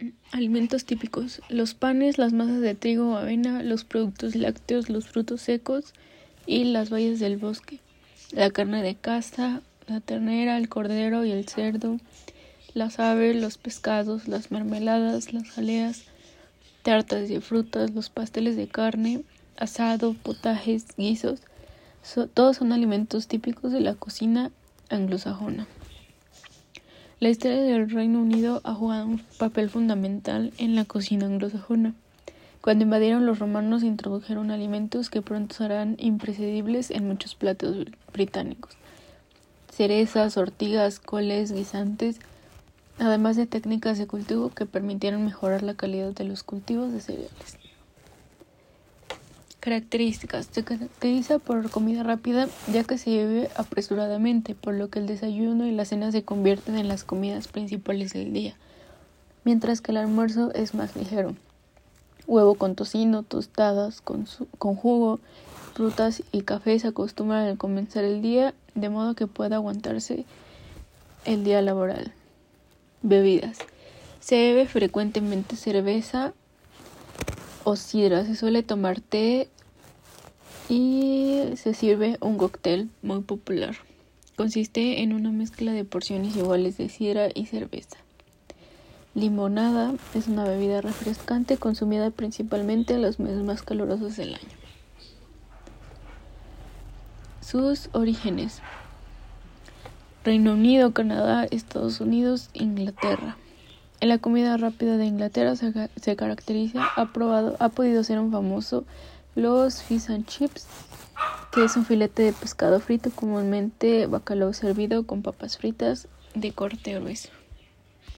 Alimentos típicos: los panes, las masas de trigo o avena, los productos lácteos, los frutos secos y las bayas del bosque, la carne de caza, la ternera, el cordero y el cerdo, las aves, los pescados, las mermeladas, las jaleas, tartas de frutas, los pasteles de carne, asado, potajes, guisos. Todos son alimentos típicos de la cocina anglosajona. La historia del Reino Unido ha jugado un papel fundamental en la cocina anglosajona. Cuando invadieron los romanos introdujeron alimentos que pronto serán imprescindibles en muchos platos británicos: cerezas, ortigas, coles, guisantes, además de técnicas de cultivo que permitieron mejorar la calidad de los cultivos de cereales. Características: se caracteriza por comida rápida, ya que se bebe apresuradamente, por lo que el desayuno y la cena se convierten en las comidas principales del día, mientras que el almuerzo es más ligero. Huevo con tocino, tostadas con jugo, frutas y café se acostumbran al comenzar el día, de modo que pueda aguantarse el día laboral. Bebidas: se bebe frecuentemente cerveza o sidra, se suele tomar té y se sirve un cóctel muy popular. Consiste en una mezcla de porciones iguales de sidra y cerveza. Limonada es una bebida refrescante consumida principalmente en los meses más calurosos del año. Sus orígenes: Reino Unido, Canadá, Estados Unidos, Inglaterra. En la comida rápida de Inglaterra se caracteriza, ha podido ser un famoso los fish and chips, que es un filete de pescado frito, comúnmente bacalao servido con papas fritas de corte grueso.